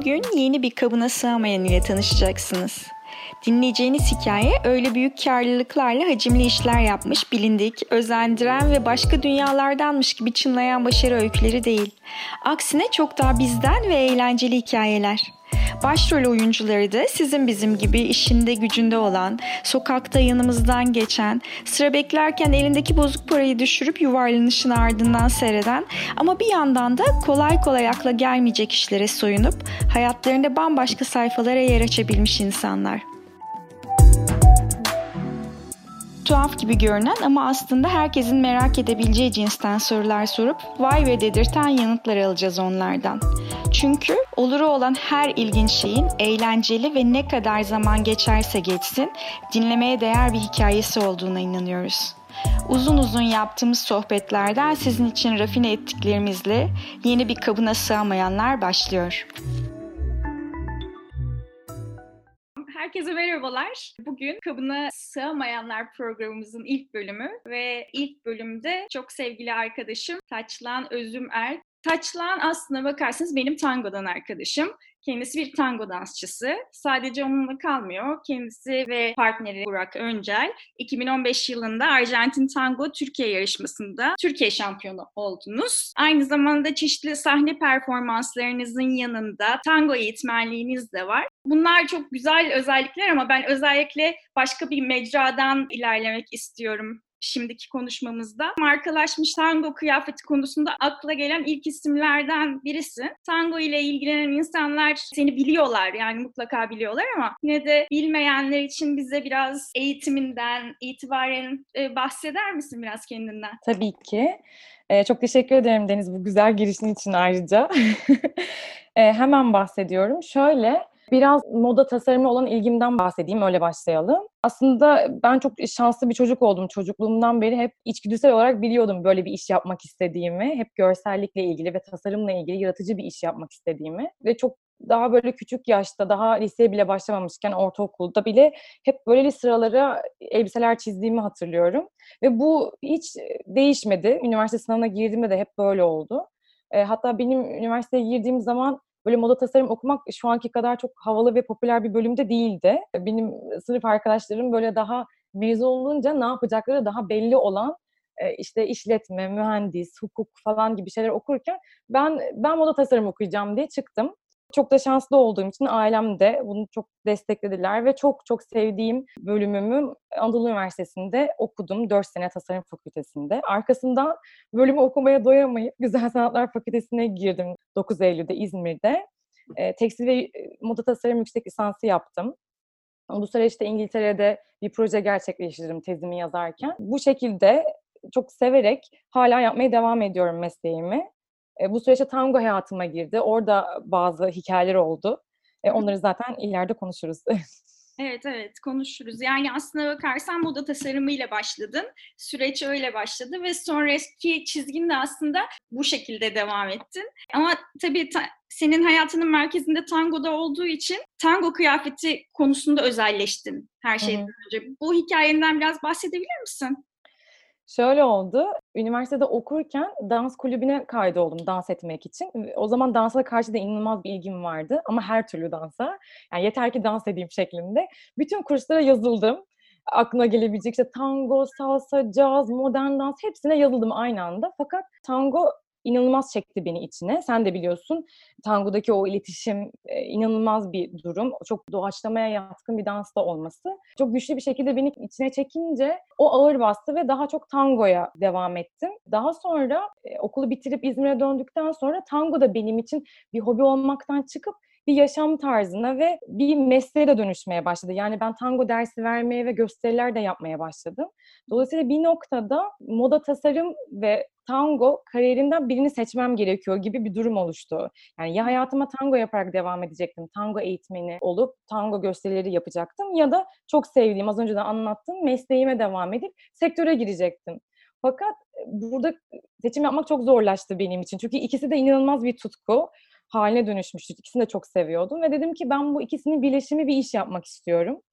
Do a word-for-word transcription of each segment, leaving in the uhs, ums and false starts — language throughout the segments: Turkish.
Bugün yeni bir kabına sığamayan ile tanışacaksınız. Dinleyeceğiniz hikaye öyle büyük karlılıklarla hacimli işler yapmış, bilindik, özendiren ve başka dünyalardanmış gibi çınlayan başarı öyküleri değil. Aksine çok daha bizden ve eğlenceli hikayeler. Başrol oyuncuları da sizin bizim gibi işinde gücünde olan, sokakta yanımızdan geçen, sıra beklerken elindeki bozuk parayı düşürüp yuvarlanışın ardından seyreden ama bir yandan da kolay kolay akla gelmeyecek işlere soyunup hayatlarında bambaşka sayfalara yer açabilmiş insanlar. Tuhaf gibi görünen ama aslında herkesin merak edebileceği cinsten sorular sorup vay ve dedirten yanıtlar alacağız onlardan. Çünkü oluru olan her ilginç şeyin eğlenceli ve ne kadar zaman geçerse geçsin dinlemeye değer bir hikayesi olduğuna inanıyoruz. Uzun uzun yaptığımız sohbetlerden sizin için rafine ettiklerimizle yeni bir kabına sığamayanlar başlıyor. Herkese merhabalar. Bugün Kabına Sığamayanlar programımızın ilk bölümü ve ilk bölümde çok sevgili arkadaşım Taçlan Özümer. Taçlan aslına bakarsanız benim tangodan arkadaşım. Kendisi bir tango dansçısı. Sadece onunla kalmıyor. Kendisi ve partneri Burak Öncel iki bin on beş yılında Arjantin Tango Türkiye yarışmasında Türkiye şampiyonu oldunuz. Aynı zamanda çeşitli sahne performanslarınızın yanında tango eğitmenliğiniz de var. Bunlar çok güzel özellikler ama ben özellikle başka bir mecradan ilerlemek istiyorum. Şimdiki konuşmamızda markalaşmış tango kıyafeti konusunda akla gelen ilk isimlerden birisi. Tango ile ilgilenen insanlar seni biliyorlar, yani mutlaka biliyorlar ama yine de bilmeyenler için bize biraz eğitiminden itibaren e, bahseder misin biraz kendinden? Tabii ki. Ee, çok teşekkür ederim Deniz bu güzel girişin için ayrıca. ee, hemen bahsediyorum. Şöyle, biraz moda tasarımı olan ilgimden bahsedeyim, öyle başlayalım. Aslında ben çok şanslı bir çocuk oldum. Çocukluğumdan beri hep içgüdüsel olarak biliyordum böyle bir iş yapmak istediğimi. Hep görsellikle ilgili ve tasarımla ilgili yaratıcı bir iş yapmak istediğimi. Ve çok daha böyle küçük yaşta, daha liseye bile başlamamışken ortaokulda bile hep böyle sıralara elbiseler çizdiğimi hatırlıyorum. Ve bu hiç değişmedi. Üniversite sınavına girdiğimde de hep böyle oldu. E, hatta benim üniversiteye girdiğim zaman böyle moda tasarım okumak şu anki kadar çok havalı ve popüler bir bölümde değildi. Benim sınıf arkadaşlarım böyle daha mezun olunca ne yapacakları daha belli olan işte işletme, mühendis, hukuk falan gibi şeyler okurken ben ben moda tasarım okuyacağım diye çıktım. Çok da şanslı olduğum için ailem de bunu çok desteklediler ve çok çok sevdiğim bölümümü Anadolu Üniversitesi'nde okudum. dört sene tasarım fakültesinde. Arkasından bölümü okumaya doyamayıp Güzel Sanatlar Fakültesine girdim dokuz Eylül'de İzmir'de. E, tekstil ve moda tasarım yüksek lisansı yaptım. Bu süreçte İngiltere'de bir proje gerçekleştirdim tezimi yazarken. Bu şekilde çok severek hala yapmaya devam ediyorum mesleğimi. E, bu süreçte tango hayatıma girdi. Orada bazı hikayeler oldu. E, onları zaten ileride konuşuruz. Evet evet konuşuruz. Yani aslına bakarsan moda tasarımıyla başladın. Süreç öyle başladı ve sonraki çizgin de aslında bu şekilde devam ettin. Ama tabii ta- senin hayatının merkezinde tangoda olduğu için tango kıyafeti konusunda özelleştin her şeyden önce. Bu hikayenden biraz bahsedebilir misin? Şöyle oldu, üniversitede okurken dans kulübüne kaydoldum dans etmek için. O zaman dansa karşı da inanılmaz bir ilgim vardı ama her türlü dansa. Yani yeter ki dans edeyim şeklinde. Bütün kurslara yazıldım. Aklına gelebilecek işte tango, salsa, caz, modern dans hepsine yazıldım aynı anda. Fakat tango inanılmaz çekti beni içine. Sen de biliyorsun tangodaki o iletişim e, inanılmaz bir durum. Çok doğaçlamaya yatkın bir dansta olması. Çok güçlü bir şekilde beni içine çekince o ağır bastı ve daha çok tangoya devam ettim. Daha sonra e, okulu bitirip İzmir'e döndükten sonra tango da benim için bir hobi olmaktan çıkıp bir yaşam tarzına ve bir mesleğe de dönüşmeye başladı. Yani ben tango dersi vermeye ve gösteriler de yapmaya başladım. Dolayısıyla bir noktada moda tasarım ve tango kariyerinden birini seçmem gerekiyor gibi bir durum oluştu. Yani ya hayatıma tango yaparak devam edecektim, tango eğitmeni olup tango gösterileri yapacaktım ya da çok sevdiğim, az önce de anlattığım mesleğime devam edip sektöre girecektim. Fakat burada seçim yapmak çok zorlaştı benim için. Çünkü ikisi de inanılmaz bir tutku haline dönüşmüştü. İkisini de çok seviyordum ve dedim ki ben bu ikisinin birleşimi bir iş yapmak istiyorum.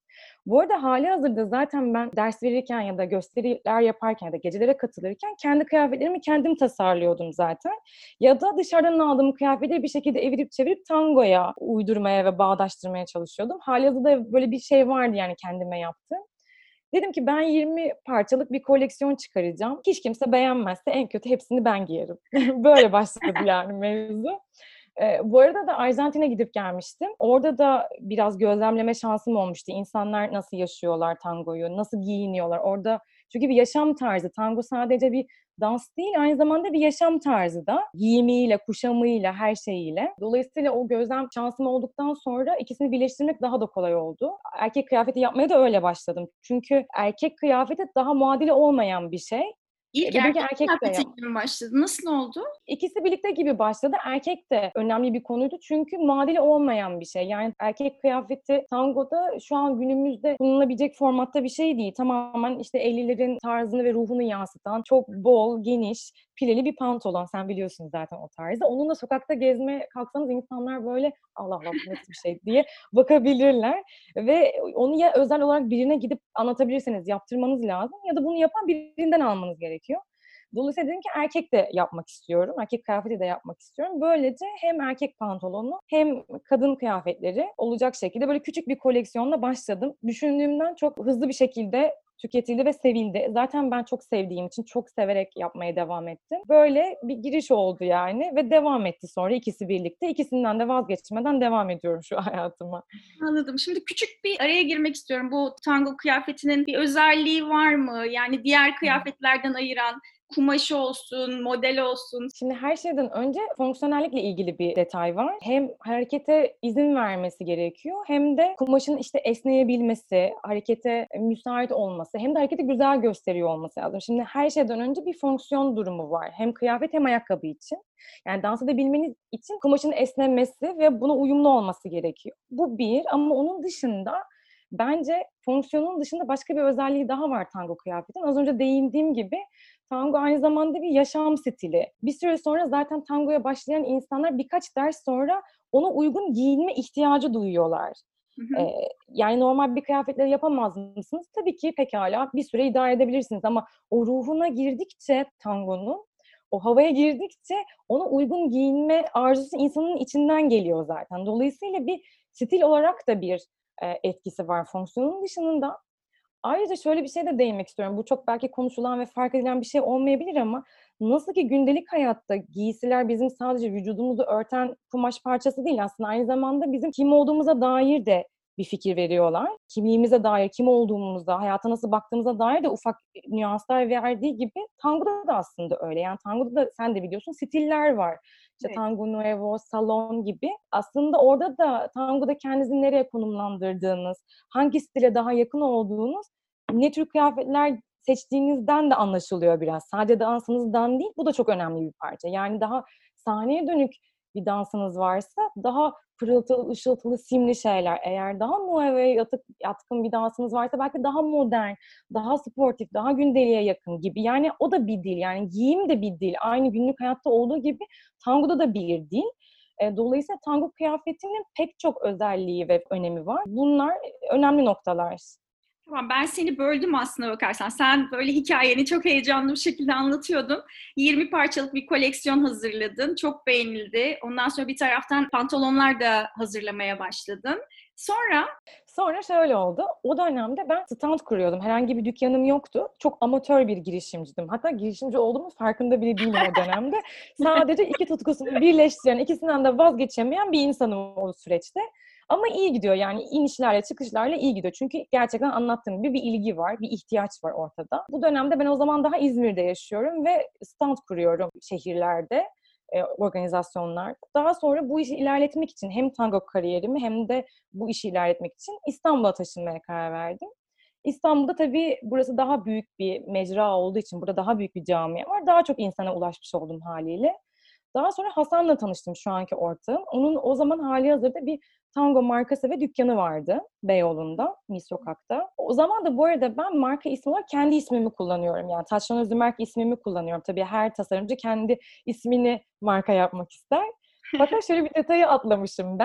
Bu arada hâlihazırda zaten ben ders verirken ya da gösteriler yaparken ya da gecelere katılırken kendi kıyafetlerimi kendim tasarlıyordum zaten. Ya da dışarıdan aldığım kıyafetleri bir şekilde evirip çevirip tangoya uydurmaya ve bağdaştırmaya çalışıyordum. Hâlihazırda böyle bir şey vardı yani kendime yaptığım. Dedim ki ben yirmi parçalık bir koleksiyon çıkaracağım. Hiç kimse beğenmezse en kötü hepsini ben giyerim. Böyle başladı yani mevzu. Eee, bu arada da Arjantin'e gidip gelmiştim. Orada da biraz gözlemleme şansım olmuştu. İnsanlar nasıl yaşıyorlar tangoyu, nasıl giyiniyorlar? Orada çünkü bir yaşam tarzı. Tango sadece bir dans değil, aynı zamanda bir yaşam tarzı da. Giyimiyle, kuşamıyla, her şeyiyle. Dolayısıyla o gözlem şansım olduktan sonra ikisini birleştirmek daha da kolay oldu. Erkek kıyafeti yapmaya da öyle başladım. Çünkü erkek kıyafeti daha muadili olmayan bir şey. E, İlk dedim ki erkek erkek de yap kıyafetiyle mi başladın? Nasıl oldu? İkisi birlikte gibi başladı. Erkek de önemli bir konuydu çünkü muadili olmayan bir şey. Yani erkek kıyafeti tangoda şu an günümüzde kullanılabilecek formatta bir şey değil. Tamamen işte ellilerin tarzını ve ruhunu yansıtan çok bol, geniş, pileli bir pantolon. Sen biliyorsun zaten o tarzı. Onunla sokakta gezmeye kalksanız insanlar böyle Allah Allah bu nasıl bir şey diye bakabilirler. Ve onu ya özel olarak birine gidip anlatabilirseniz yaptırmanız lazım ya da bunu yapan birinden almanız gerekiyor. Dolayısıyla dedim ki erkek de yapmak istiyorum. Erkek kıyafeti de yapmak istiyorum. Böylece hem erkek pantolonu hem kadın kıyafetleri olacak şekilde böyle küçük bir koleksiyonla başladım. Düşündüğümden çok hızlı bir şekilde tüketildi ve sevildi. Zaten ben çok sevdiğim için çok severek yapmaya devam ettim. Böyle bir giriş oldu yani ve devam etti sonra ikisi birlikte. İkisinden de vazgeçmeden devam ediyorum şu hayatıma. Anladım. Şimdi küçük bir araya girmek istiyorum. Bu tango kıyafetinin bir özelliği var mı? Yani diğer kıyafetlerden ayıran kumaşı olsun, model olsun. Şimdi her şeyden önce fonksiyonellikle ilgili bir detay var. Hem harekete izin vermesi gerekiyor hem de kumaşın işte esneyebilmesi, harekete müsait olması hem de hareketi güzel gösteriyor olması lazım. Şimdi her şeyden önce bir fonksiyon durumu var. Hem kıyafet hem ayakkabı için. Yani dans edebilmeniz için kumaşın esnemesi ve buna uyumlu olması gerekiyor. Bu bir ama onun dışında bence fonksiyonun dışında başka bir özelliği daha var tango kıyafetin. Az önce değindiğim gibi tango aynı zamanda bir yaşam stili. Bir süre sonra zaten tangoya başlayan insanlar birkaç ders sonra ona uygun giyinme ihtiyacı duyuyorlar. Hı hı. Eee, yani normal bir kıyafetle yapamaz mısınız? Tabii ki pekâlâ bir süre idare edebilirsiniz ama o ruhuna girdikçe tangonun, o havaya girdikçe ona uygun giyinme arzusu insanın içinden geliyor zaten. Dolayısıyla bir stil olarak da bir, eee, etkisi var fonksiyonun dışında. Ayrıca şöyle bir şeye de değinmek istiyorum. Bu çok belki konuşulan ve fark edilen bir şey olmayabilir ama nasıl ki gündelik hayatta giysiler bizim sadece vücudumuzu örten kumaş parçası değil, aslında aynı zamanda bizim kim olduğumuza dair de bir fikir veriyorlar. Kimliğimize dair, kim olduğumuza, hayata nasıl baktığımıza dair de ufak nüanslar verdiği gibi tangoda da aslında öyle. Yani tangoda da sen de biliyorsun stiller var. İşte Evet. tango nuevo, salon gibi. Aslında orada da tangoda kendinizi nereye konumlandırdığınız, hangi stile daha yakın olduğunuz ne tür kıyafetler seçtiğinizden de anlaşılıyor biraz. Sadece dansınızdan değil, bu da çok önemli bir parça. Yani daha sahneye dönük bir dansınız varsa daha pırıltılı, ışıltılı, simli şeyler. Eğer daha nuevo'ya yatık yatkın bir dansınız varsa belki daha modern, daha sportif, daha gündeliğe yakın gibi. Yani o da bir dil. Yani giyim de bir dil. Aynı günlük hayatta olduğu gibi tangoda da bir dil. Eee, dolayısıyla tango kıyafetinin pek çok özelliği ve önemi var. Bunlar önemli noktalar. Tamam, ben seni böldüm aslına bakarsan. Sen böyle hikâyeni çok heyecanlı bir şekilde anlatıyordun. yirmi parçalık bir koleksiyon hazırladın. Çok beğenildi. Ondan sonra bir taraftan pantolonlar da hazırlamaya başladın. Sonra? Sonra şöyle oldu. O dönemde ben stand kuruyordum. Herhangi bir dükkanım yoktu. Çok amatör bir girişimciydim. Hatta girişimci olduğumun farkında bile değilim o dönemde. Sadece iki tutkusunu birleştiren, ikisinden de vazgeçemeyen bir insanım o süreçte. Ama iyi gidiyor yani inişlerle çıkışlarla iyi gidiyor. Çünkü gerçekten anlattığım gibi bir ilgi var, bir ihtiyaç var ortada. Bu dönemde ben o zaman daha İzmir'de yaşıyorum ve stand kuruyorum şehirlerde, eee, organizasyonlarda. Daha sonra bu işi ilerletmek için hem tango kariyerimi hem de bu işi ilerletmek için İstanbul'a taşınmaya karar verdim. İstanbul'da tabii burası daha büyük bir mecra olduğu için, burada daha büyük bir camia var. Daha çok insana ulaşmış oldum hâliyle. Daha sonra Hasan'la tanıştım, şu anki ortağım. Onun o zaman hâlihazırda bir tango markası ve dükkânı vardı Beyoğlu'nda, Mis Sokak'ta. O zaman da bu arada ben marka ismi olarak kendi ismimi kullanıyorum. Yani Taçlan Özümerk ismimi kullanıyorum. Tabii her tasarımcı kendi ismini marka yapmak ister. Fakat şöyle bir detayı atlamışım ben.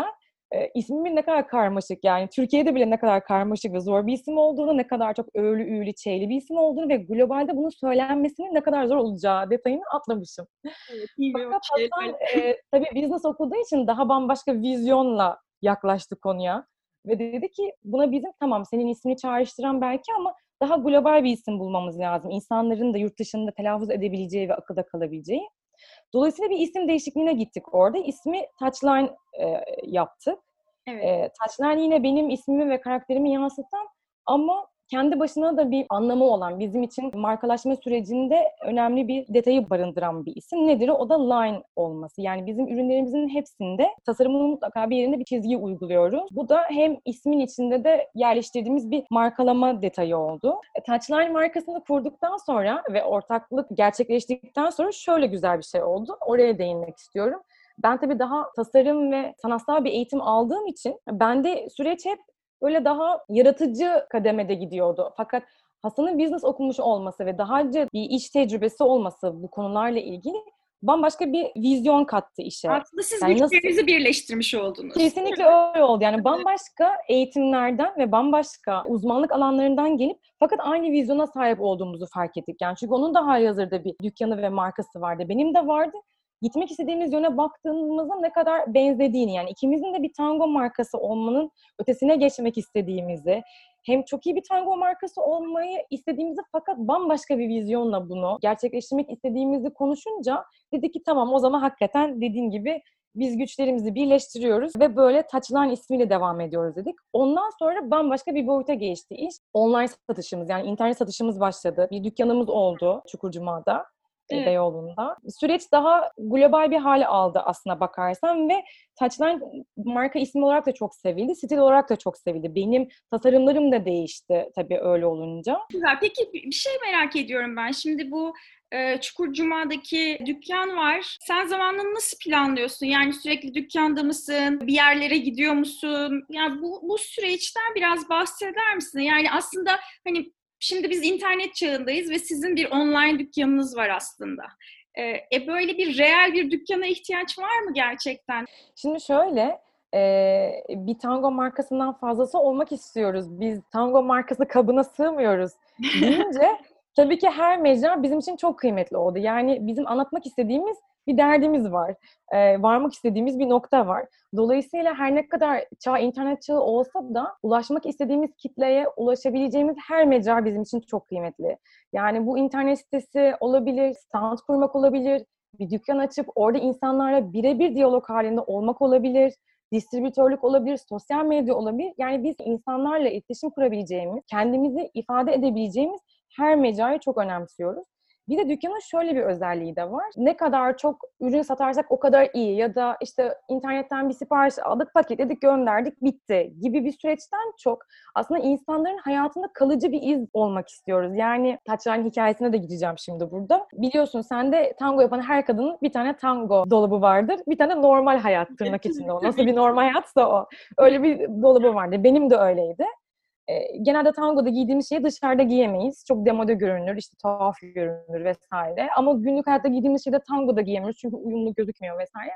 e, ismimin ne kadar karmaşık, yani Türkiye'de bile ne kadar karmaşık ve zor bir isim olduğunu, ne kadar çok öğlü, üğlü, çeyli bir isim olduğunu ve globalde bunun söylenmesinin ne kadar zor olacağı detayını atlamışım. Evet, bilmiyorum Fakat Hasan, şeyler. eee, tabii business okuduğu için daha bambaşka vizyonla yaklaştı konuya ve dedi ki buna bizim tamam senin ismini çağrıştıran belki ama daha global bir isim bulmamız lazım. İnsanların da yurt dışında telaffuz edebileceği ve akılda kalabileceği. Dolayısıyla bir isim değişikliğine gittik orada. İsmi Touchline eee, yaptık. Evet. Eee, Touchline yine benim ismimi ve karakterimi yansıtan ama kendi başına da bir anlamı olan, bizim için markalaşma sürecinde önemli bir detayı barındıran bir isim. Nedir o? O da line olması. Yani bizim ürünlerimizin hepsinde tasarımın mutlaka bir yerinde bir çizgi uyguluyoruz. Bu da hem ismin içinde de yerleştirdiğimiz bir markalama detayı oldu. E, Touchline markasını kurduktan sonra ve ortaklık gerçekleştirdikten sonra şöyle güzel bir şey oldu. Oraya değinmek istiyorum. Ben tabii daha tasarım ve sanatsal bir eğitim aldığım için bende süreç hep böyle daha yaratıcı kademede gidiyordu. Fakat Hasan'ın business okumuş olması ve daha önce bir iş tecrübesi olması bu konularla ilgili bambaşka bir vizyon kattı işe. Aslında siz Yani nasıl? güçlerinizi birleştirmiş oldunuz. Kesinlikle öyle oldu. Yani Evet. bambaşka eğitimlerden ve bambaşka uzmanlık alanlarından gelip fakat aynı vizyona sahip olduğumuzu fark ettik. Yani çünkü onun da halihazırda bir dükkanı ve markası vardı. Benim de vardı. Gitmek istediğimiz yöne baktığımızda ne kadar benzediğini, yani ikimizin de bir tango markası olmanın ötesine geçmek istediğimizi, hem çok iyi bir tango markası olmayı istediğimizi fakat bambaşka bir vizyonla bunu gerçekleştirmek istediğimizi konuşunca dedik ki tamam o zaman hakikaten dediğin gibi biz güçlerimizi birleştiriyoruz ve böyle Touchline ismiyle devam ediyoruz dedik. Ondan sonra bambaşka bir boyuta geçti iş. Online satışımız, yani internet satışımız başladı. Bir dükkanımız oldu Çukurcuma'da, Evet. Beyoğlu'nda. Süreç daha global bir hal aldı aslına bakarsan ve Touchline marka ismi olarak da çok sevildi, stil olarak da çok sevildi. Benim tasarımlarım da değişti tabii öyle olunca. Güzel. Peki bir şey merak ediyorum ben. Şimdi bu e, Çukurcuma'daki dükkan var. Sen zamanını nasıl planlıyorsun? Yani sürekli dükkanda mısın? Bir yerlere gidiyor musun? Yani bu, bu süreçten biraz bahseder misin? Yani aslında hani şimdi biz internet çağındayız ve sizin bir online dükkanınız var aslında. E, e böyle bir reel bir dükkana ihtiyaç var mı gerçekten? Şimdi şöyle, eee, bir tango markasından fazlası olmak istiyoruz. Biz tango markası kabına sığmıyoruz deyince tabii ki her mecra bizim için çok kıymetli oldu. Yani bizim anlatmak istediğimiz bir derdimiz var. Eee, varmak istediğimiz bir nokta var. Dolayısıyla her ne kadar çağ internet çağı olsa da ulaşmak istediğimiz kitleye ulaşabileceğimiz her mecra bizim için çok kıymetli. Yani bu internet sitesi olabilir, stand kurmak olabilir, bir dükkan açıp orada insanlarla birebir diyalog halinde olmak olabilir, distribütörlük olabilir, sosyal medya olabilir. Yani biz insanlarla iletişim kurabileceğimiz, kendimizi ifade edebileceğimiz her mecrayı çok önemsiyoruz. Bir de dükkanın şöyle bir özelliği de var. Ne kadar çok ürün satarsak o kadar iyi ya da işte internetten bir sipariş aldık, paketledik, gönderdik, bitti gibi bir süreçten çok aslında insanların hayatında kalıcı bir iz olmak istiyoruz. Yani Touchline hikayesine de gideceğim şimdi burada. Biliyorsun sen de tango yapan her kadının bir tane tango dolabı vardır. Bir tane normal hayat tırnak içinde o. Nasıl bir normal hayatsa o. Öyle bir dolabı vardı. Benim de öyleydi. E, genelde tangoda giydiğimiz şeyi dışarıda giyemeyiz. Çok demode görünür, işte tuhaf görünür vesaire. Ama günlük hayatta giydiğimiz şeyi de tangoda giyemiyoruz çünkü uyumlu gözükmüyor vesaire.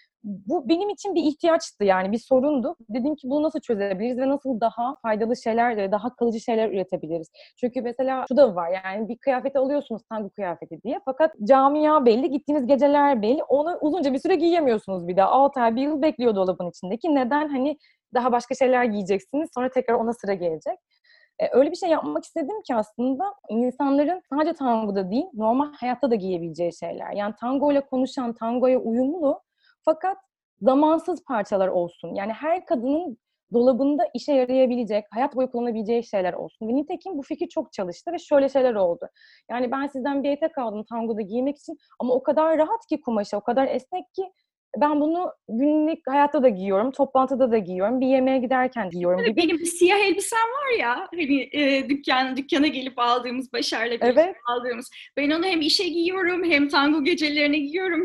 Bu benim için bir ihtiyaçtı, yani bir sorundu. Dedim ki bunu nasıl çözebiliriz ve nasıl daha faydalı şeyler ve daha kalıcı şeyler üretebiliriz? Çünkü mesela şu da var, yani bir kıyafeti alıyorsunuz tango kıyafeti diye fakat camia belli, gittiğiniz geceler belli. Onu uzunca bir süre giyemiyorsunuz bir daha. altı ay, bir yıl bekliyor dolabın içindeki. Neden? Hani daha başka şeyler giyeceksiniz. Sonra tekrar ona sıra gelecek. Ee, öyle bir şey yapmak istedim ki aslında insanların sadece tangoda değil, normal hayatta da giyebileceği şeyler. Yani tango ile konuşan, tangoya uyumlu fakat zamansız parçalar olsun. Yani her kadının dolabında işe yarayabilecek, hayat boyu kullanabileceği şeyler olsun. Ve nitekim bu fikir çok çalıştı ve şöyle şeyler oldu. Yani ben sizden bir etek aldım tangoda giymek için ama o kadar rahat ki kumaşı, o kadar esnek ki ben bunu günlük hayatta da giyiyorum, toplantıda da giyiyorum, bir yemeğe giderken giyiyorum gibi. Benim bir siyah elbisem var ya, hani e, dükkan dükkana gelip aldığımız, Başar'la birlikte Evet. aldığımız. Ben onu hem işe giyiyorum hem tango gecelerine giyiyorum. Çok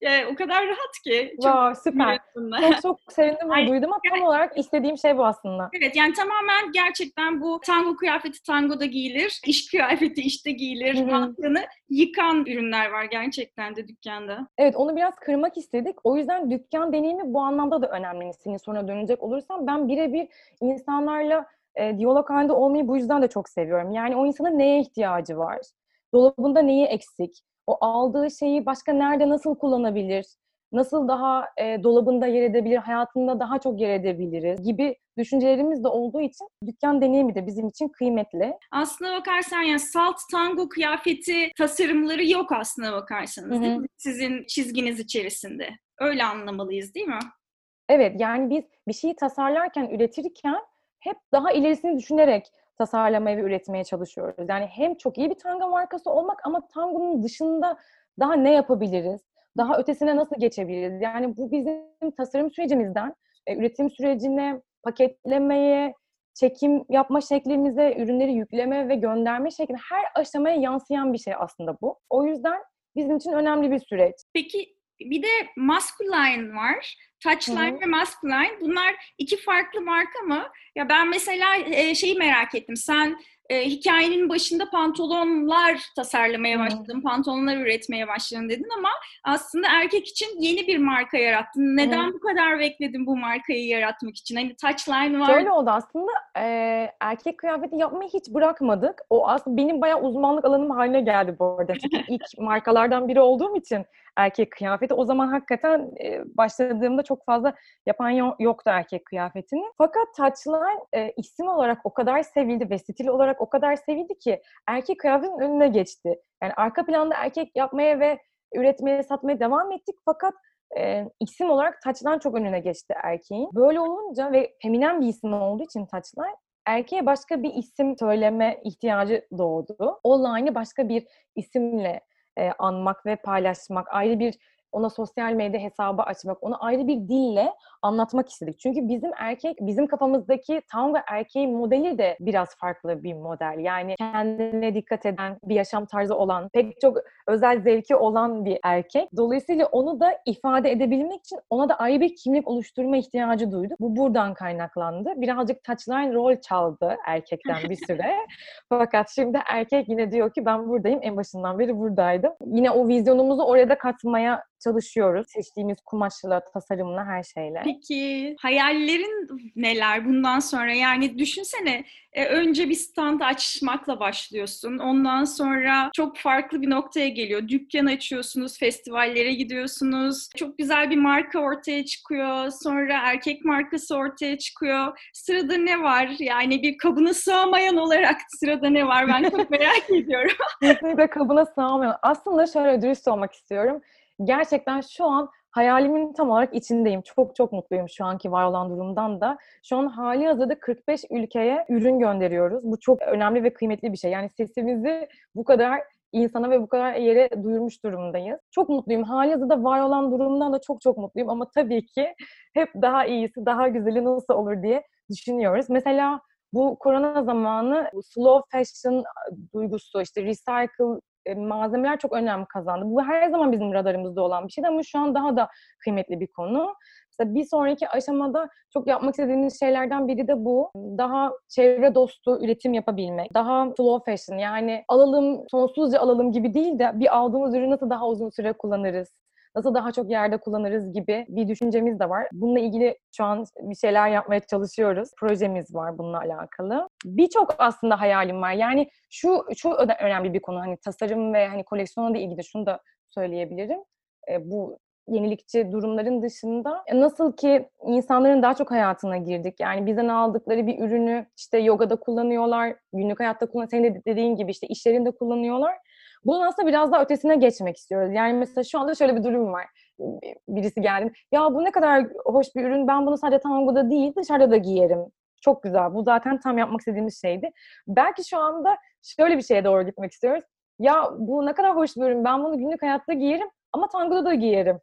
Eee, o kadar rahat ki çok Wow, süper. aslında. Çok çok sevindim bunu Ay, duyduğuma. Tam olarak istediğim şey bu aslında. evet, yani tamamen gerçekten bu tango kıyafeti tangoda giyilir, iş kıyafeti işte Hı giyilir hı. mantığını yıkan ürünler var gerçekten de dükkânda. Evet, onu biraz kırmak istedik. O yüzden dükkân deneyimi bu anlamda da önemli. Senin soruna dönecek olursam ben birebir insanlarla, eee, diyalog hâlinde olmayı bu yüzden de çok seviyorum. Yani o insanın neye ihtiyacı var? Dolabında neyi eksik? O aldığı şeyi başka nerede nasıl kullanabilir? Nasıl daha, eee, dolabında yer edebilir, hayatında daha çok yer edebiliriz gibi düşüncelerimiz de olduğu için dükkân deneyimi de bizim için kıymetli. Aslına bakarsan yani salt tango kıyafeti tasarımları yok aslına Hı bakarsanız değil hı. mi? Sizin çizginiz içerisinde. Öyle anlamalıyız değil mi? Evet, yani biz bir şeyi tasarlarken, üretirken hep daha ilerisini düşünerek tasarlamaya ve üretmeye çalışıyoruz. Yani hem çok iyi bir tango markası olmak ama tangonun dışında daha ne yapabiliriz? Daha ötesine nasıl geçebiliriz? Yani bu bizim tasarım sürecimizden, eee, üretim sürecine, paketlemeye, çekim yapma şeklimize, ürünleri yükleme ve gönderme şekline her aşamaya yansıyan bir şey aslında bu. O yüzden bizim için önemli bir süreç. Peki bir de Maskuline var. Hı Touchline hı. ve Maskuline. Bunlar iki farklı marka mı? Ya ben mesela e, şeyi merak ettim. Sen e, hikayenin başında pantolonlar tasarlamaya Hı hı. başladın, pantolonlar üretmeye başladın dedin ama aslında erkek için yeni bir marka yarattın. Hı Neden hı. bu kadar bekledin bu markayı yaratmak için? Hani Touchline var. Şöyle oldu aslında, eee, erkek kıyafeti yapmayı hiç bırakmadık. O aslında benim bayağı uzmanlık alanım hâline geldi bu arada. Çünkü ilk markalardan biri olduğum için erkek kıyafeti, o zaman hakikaten, eee, başladığımda çok fazla yapan yo yoktu erkek kıyafetini. Fakat Touchline, eee, isim olarak o kadar sevildi ve stil olarak o kadar sevildi ki erkek kıyafetinin önüne geçti. Yani arka planda erkek yapmaya ve üretmeye, satmaya devam ettik fakat Eee, isim olarak Touchline çok önüne geçti erkeğin. Böyle olunca ve feminen bir isim olduğu için Touchline, erkeğe başka bir isim söyleme ihtiyacı doğdu. O line'ı başka bir isimle, eee, anmak ve paylaşmak, ayrı bir ona sosyal medya hesabı açmak, onu ayrı bir dille anlatmak istedik. Çünkü bizim erkek, bizim kafamızdaki tango erkeği modeli de biraz farklı bir model. Yani kendine dikkat eden, bir yaşam tarzı olan, pek çok özel zevki olan bir erkek. Dolayısıyla onu da ifade edebilmek için ona da ayrı bir kimlik oluşturma ihtiyacı duydu. Bu buradan kaynaklandı. Birazcık touchline rol çaldı erkekten bir süre. Fakat şimdi erkek yine diyor ki ben buradayım, en başından beri buradaydım. Yine o vizyonumuzu oraya da katmaya çalışıyoruz. Seçtiğimiz kumaşla, tasarımla, her şeyle. Peki hayallerin neler bundan sonra? Yani düşünsene e, önce bir stand açmakla başlıyorsun. Ondan sonra çok farklı bir noktaya geliyor. Dükkan açıyorsunuz, festivallere gidiyorsunuz. Çok güzel bir marka ortaya çıkıyor. Sonra erkek markası ortaya çıkıyor. Sırada ne var? Yani bir kabına sığamayan olarak sırada ne var? Ben çok merak ediyorum. Kesinlikle kabına sığamıyor. Aslında şöyle dürüst olmak istiyorum. Gerçekten şu an hayalimin tam olarak içindeyim. Çok çok mutluyum şu anki var olan durumdan da. Şu an hâlihazırda kırk beş ülkeye ürün gönderiyoruz. Bu çok önemli ve kıymetli bir şey. Yani sesimizi bu kadar insana ve bu kadar yere duyurmuş durumdayız. Çok mutluyum. Hâlihazırda var olan durumdan da çok çok mutluyum ama tabii ki hep daha iyisi, daha güzeli nasıl olur diye düşünüyoruz. Mesela bu korona zamanı bu slow fashion duygusu, işte recycle eee, malzemeler çok önem kazandı. Bu her zaman bizim radarımızda olan bir şeydi ama şu an daha da kıymetli bir konu. Mesela bir sonraki aşamada çok yapmak istediğimiz şeylerden biri de bu. Daha çevre dostu üretim yapabilmek, daha slow fashion yani alalım, sonsuzca alalım gibi değil de bir aldığımız ürünü nasıl daha uzun süre kullanırız, nasıl daha çok yerde kullanırız gibi bir düşüncemiz de var. Bununla ilgili şu an bir şeyler yapmaya çalışıyoruz. Projemiz var bununla alakalı. Birçok aslında hayalim var. Yani şu şu öde önemli bir konu. Hani tasarım ve hani koleksiyonla da ilgili şunu da söyleyebilirim. Eee, bu yenilikçi durumların dışında e, nasıl ki insanların daha çok hayatına girdik. Yani bizden aldıkları bir ürünü işte yogada kullanıyorlar, günlük hayatta kullan senin de dediğin gibi işte işlerinde kullanıyorlar. Bunun aslında biraz daha ötesine geçmek istiyoruz. Yani mesela şu anda şöyle bir durum var. Birisi geldi. Ya bu ne kadar hoş bir ürün. Ben bunu sadece tangoda değil dışarıda da giyerim. Çok güzel. Bu zaten tam yapmak istediğimiz şeydi. Belki şu anda şöyle bir şeye doğru gitmek istiyoruz. Ya bu ne kadar hoş bir ürün. Ben bunu günlük hayatta giyerim ama tangoda da giyerim.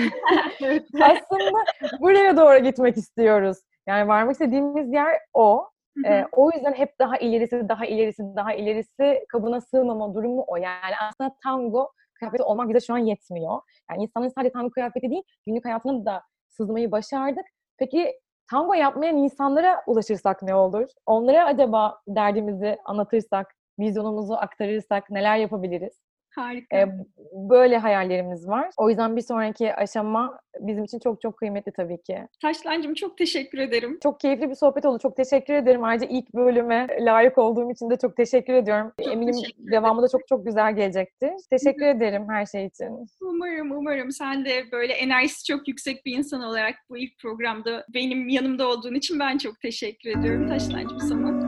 Evet. Aslında buraya doğru gitmek istiyoruz. Yani varmak istediğimiz yer o. Hı hı. Eee, o yüzden hep daha ilerisi, daha ilerisi, daha ilerisi kabına sığmama durumu o. Yani aslında tango kıyafeti olmak bize şu an yetmiyor. Yani insanların sadece tango kıyafeti değil, günlük hayatına da sızmayı başardık. Peki tango yapmayan insanlara ulaşırsak ne olur? Onlara acaba derdimizi anlatırsak, vizyonumuzu aktarırsak neler yapabiliriz? Harika. Eee, böyle hayallerimiz var. O yüzden bir sonraki aşama bizim için çok çok kıymetli tabii ki. Taçlancığım çok teşekkür ederim. Çok keyifli bir sohbet oldu. Çok teşekkür ederim. Ayrıca ilk bölüme layık olduğum için de çok teşekkür ediyorum. Çok Eminim teşekkür ederim. devamı da çok çok güzel gelecektir. Teşekkür ederim her şey için. Umarım, umarım. Sen de böyle enerjisi çok yüksek bir insan olarak bu ilk programda benim yanımda olduğun için ben çok teşekkür ediyorum Taçlancığım sana.